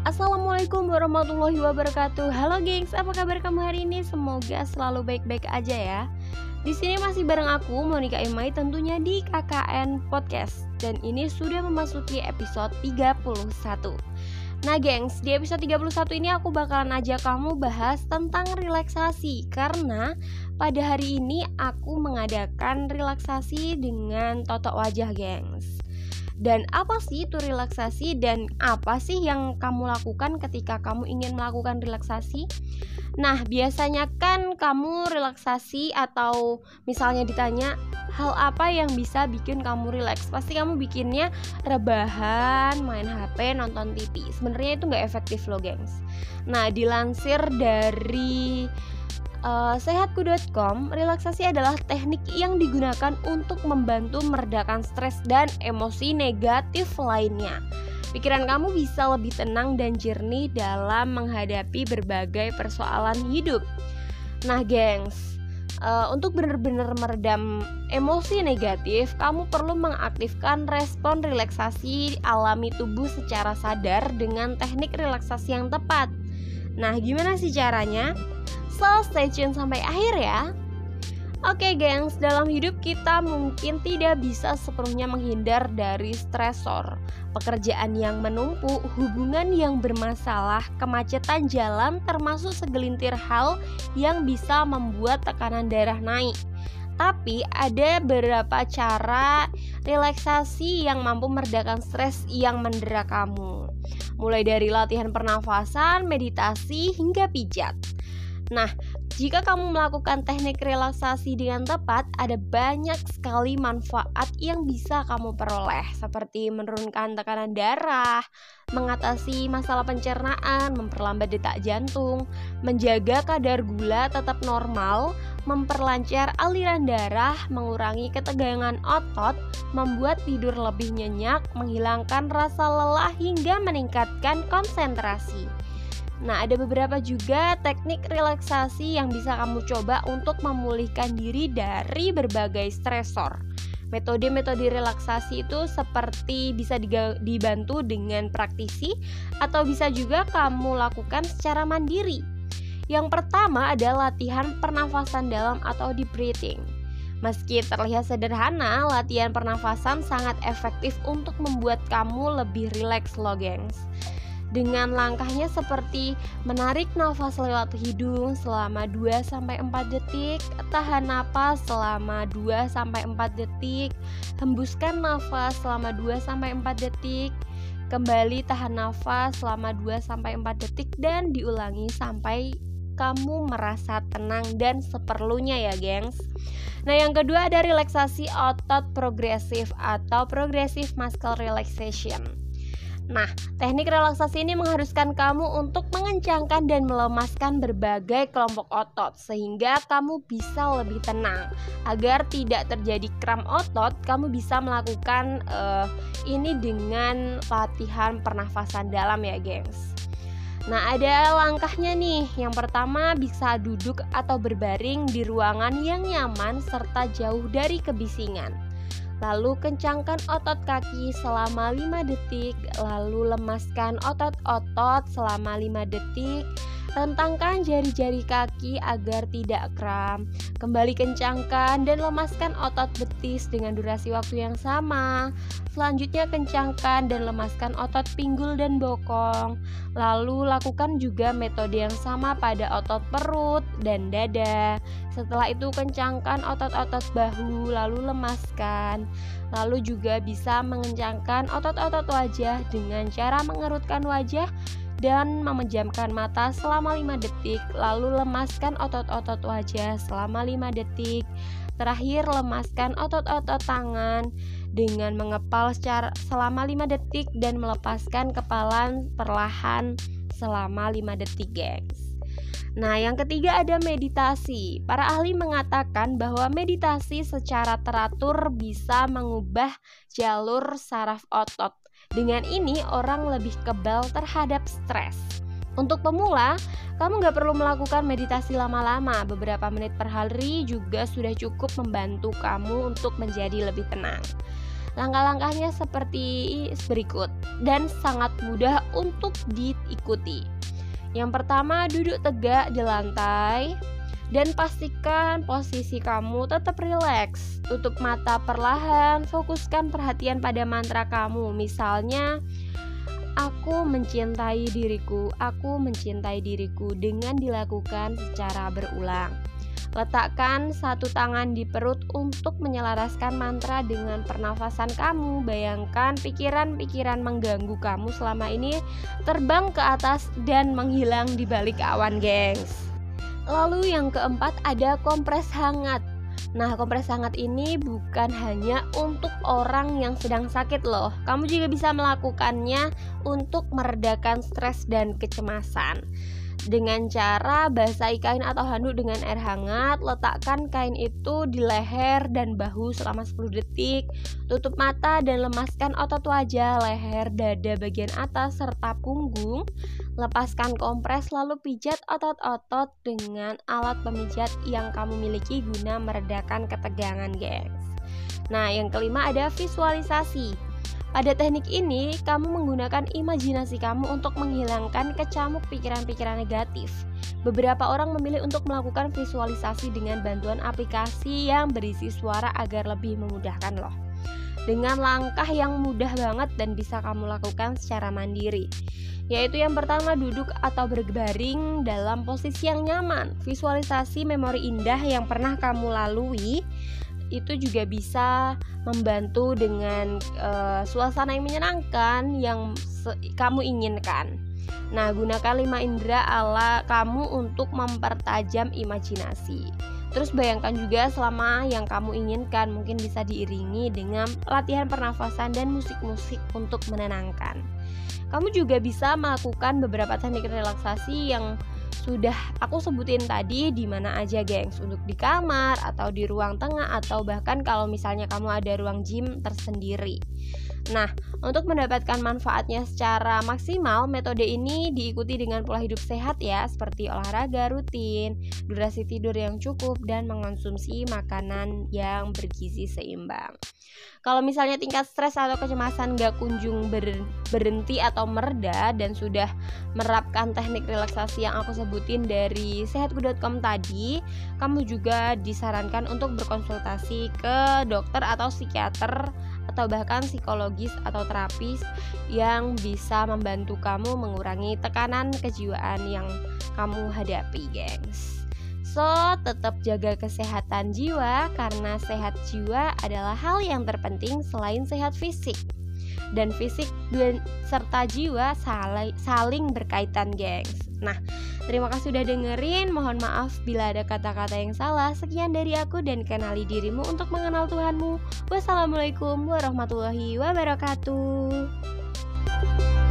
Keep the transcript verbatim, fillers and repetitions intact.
Assalamualaikum warahmatullahi wabarakatuh. Halo gengs, apa kabar kamu hari ini? Semoga selalu baik-baik aja ya. Di sini masih bareng aku Monica Imai tentunya di K K N Podcast. Dan ini sudah memasuki episode tiga puluh satu. Nah gengs, di episode tiga puluh satu ini aku bakalan ajak kamu bahas tentang relaksasi. Karena pada hari ini aku mengadakan relaksasi dengan totok wajah gengs. Dan apa sih itu relaksasi dan apa sih yang kamu lakukan ketika kamu ingin melakukan relaksasi? Nah, biasanya kan kamu relaksasi atau misalnya ditanya hal apa yang bisa bikin kamu rileks, pasti kamu bikinnya rebahan, main H P, nonton T V. Sebenarnya itu nggak efektif loh, gengs. Nah, dilansir dari Uh, sehatku dot com, relaksasi adalah teknik yang digunakan untuk membantu meredakan stres dan emosi negatif lainnya. Pikiran kamu bisa lebih tenang dan jernih dalam menghadapi berbagai persoalan hidup. Nah gengs, uh, untuk benar-benar meredam emosi negatif, kamu perlu mengaktifkan respon relaksasi alami tubuh secara sadar dengan teknik relaksasi yang tepat. Nah, gimana sih caranya? So, stay tune sampai akhir ya. Oke gengs, dalam hidup kita mungkin tidak bisa sepenuhnya menghindar dari stresor. Pekerjaan yang menumpuk, hubungan yang bermasalah, kemacetan jalan, termasuk segelintir hal yang bisa membuat tekanan darah naik. Tapi ada beberapa cara relaksasi yang mampu meredakan stres yang mendera kamu. Mulai dari latihan pernafasan, meditasi, hingga pijat. Nah, jika kamu melakukan teknik relaksasi dengan tepat, ada banyak sekali manfaat yang bisa kamu peroleh, seperti menurunkan tekanan darah, mengatasi masalah pencernaan, memperlambat detak jantung, menjaga kadar gula tetap normal, memperlancar aliran darah, mengurangi ketegangan otot, membuat tidur lebih nyenyak, menghilangkan rasa lelah, hingga meningkatkan konsentrasi. Nah, ada beberapa juga teknik relaksasi yang bisa kamu coba untuk memulihkan diri dari berbagai stresor. Metode-metode relaksasi itu seperti bisa dibantu dengan praktisi atau bisa juga kamu lakukan secara mandiri. Yang pertama adalah latihan pernafasan dalam atau deep breathing. Meski terlihat sederhana, latihan pernafasan sangat efektif untuk membuat kamu lebih rileks loh gengs. Dengan langkahnya seperti menarik nafas lewat hidung selama dua sampai empat detik, tahan napas selama dua sampai empat detik, hembuskan nafas selama dua sampai empat detik, kembali tahan nafas selama dua sampai empat detik, dan diulangi sampai kamu merasa tenang dan seperlunya ya gengs. Nah, yang kedua ada relaksasi otot progresif atau progressive muscle relaxation. Nah, teknik relaksasi ini mengharuskan kamu untuk mengencangkan dan melemaskan berbagai kelompok otot sehingga kamu bisa lebih tenang. Agar tidak terjadi kram otot, kamu bisa melakukan uh, ini dengan latihan pernafasan dalam ya gengs. Nah, ada langkahnya nih. Yang pertama, bisa duduk atau berbaring di ruangan yang nyaman serta jauh dari kebisingan. Lalu kencangkan otot kaki selama lima detik, lalu lemaskan otot-otot selama lima detik. Rentangkan jari-jari kaki agar tidak kram. Kembali kencangkan dan lemaskan otot betis dengan durasi waktu yang sama. Selanjutnya kencangkan dan lemaskan otot pinggul dan bokong. Lalu lakukan juga metode yang sama pada otot perut dan dada. Setelah itu kencangkan otot-otot bahu, lalu lemaskan. Lalu juga bisa mengencangkan otot-otot wajah dengan cara mengerutkan wajah dan memejamkan mata selama lima detik, lalu lemaskan otot-otot wajah selama lima detik. Terakhir, lemaskan otot-otot tangan dengan mengepal secara selama lima detik dan melepaskan kepala perlahan selama lima detik, gengs. Nah, yang ketiga ada meditasi. Para ahli mengatakan bahwa meditasi secara teratur bisa mengubah jalur saraf otot. Dengan ini orang lebih kebal terhadap stres. Untuk pemula, kamu gak perlu melakukan meditasi lama-lama. Beberapa menit per hari juga sudah cukup membantu kamu untuk menjadi lebih tenang. Langkah-langkahnya seperti berikut dan sangat mudah untuk diikuti. Yang pertama, duduk tegak di lantai dan pastikan posisi kamu tetap rileks. Tutup mata perlahan, fokuskan perhatian pada mantra kamu. Misalnya, aku mencintai diriku, aku mencintai diriku, dengan dilakukan secara berulang. Letakkan satu tangan di perut untuk menyelaraskan mantra dengan pernafasan kamu. Bayangkan pikiran-pikiran mengganggu kamu selama ini terbang ke atas dan menghilang di balik awan, gengs. Lalu yang keempat ada kompres hangat. Nah, kompres hangat ini bukan hanya untuk orang yang sedang sakit loh. Kamu juga bisa melakukannya untuk meredakan stres dan kecemasan. Dengan cara basahi kain atau handuk dengan air hangat, letakkan kain itu di leher dan bahu selama sepuluh detik. Tutup mata dan lemaskan otot wajah, leher, dada bagian atas, serta punggung. Lepaskan kompres lalu pijat otot-otot dengan alat pemijat yang kamu miliki guna meredakan ketegangan, gengs. Nah, yang kelima ada visualisasi. Pada teknik ini, kamu menggunakan imajinasi kamu untuk menghilangkan kecamuk pikiran-pikiran negatif. Beberapa orang memilih untuk melakukan visualisasi dengan bantuan aplikasi yang berisi suara agar lebih memudahkan loh. Dengan langkah yang mudah banget dan bisa kamu lakukan secara mandiri. Yaitu yang pertama, duduk atau berbaring dalam posisi yang nyaman. Visualisasi memori indah yang pernah kamu lalui itu juga bisa membantu dengan uh, suasana yang menyenangkan yang se- kamu inginkan. Nah, gunakan lima indera ala kamu untuk mempertajam imajinasi. Terus bayangkan juga selama yang kamu inginkan, mungkin bisa diiringi dengan latihan pernafasan dan musik-musik untuk menenangkan. Kamu juga bisa melakukan beberapa teknik relaksasi yang sudah aku sebutin tadi di mana aja, gengs, untuk di kamar atau di ruang tengah atau bahkan kalau misalnya kamu ada ruang gym tersendiri. Nah, untuk mendapatkan manfaatnya secara maksimal, metode ini diikuti dengan pola hidup sehat ya, seperti olahraga rutin, durasi tidur yang cukup, dan mengonsumsi makanan yang bergizi seimbang. Kalau misalnya tingkat stres atau kecemasan gak kunjung ber- berhenti atau mereda dan sudah menerapkan teknik relaksasi yang aku sebutin dari sehatku dot com tadi, kamu juga disarankan untuk berkonsultasi ke dokter atau psikiater atau bahkan psikologis atau terapis yang bisa membantu kamu mengurangi tekanan kejiwaan yang kamu hadapi, gengs. So, tetap jaga kesehatan jiwa karena sehat jiwa adalah hal yang terpenting selain sehat fisik. Dan fisik dan serta jiwa saling, saling berkaitan, gengs. Nah, terima kasih udah dengerin. Mohon maaf bila ada kata-kata yang salah. Sekian dari aku dan kenali dirimu untuk mengenal Tuhanmu. Wassalamualaikum warahmatullahi wabarakatuh.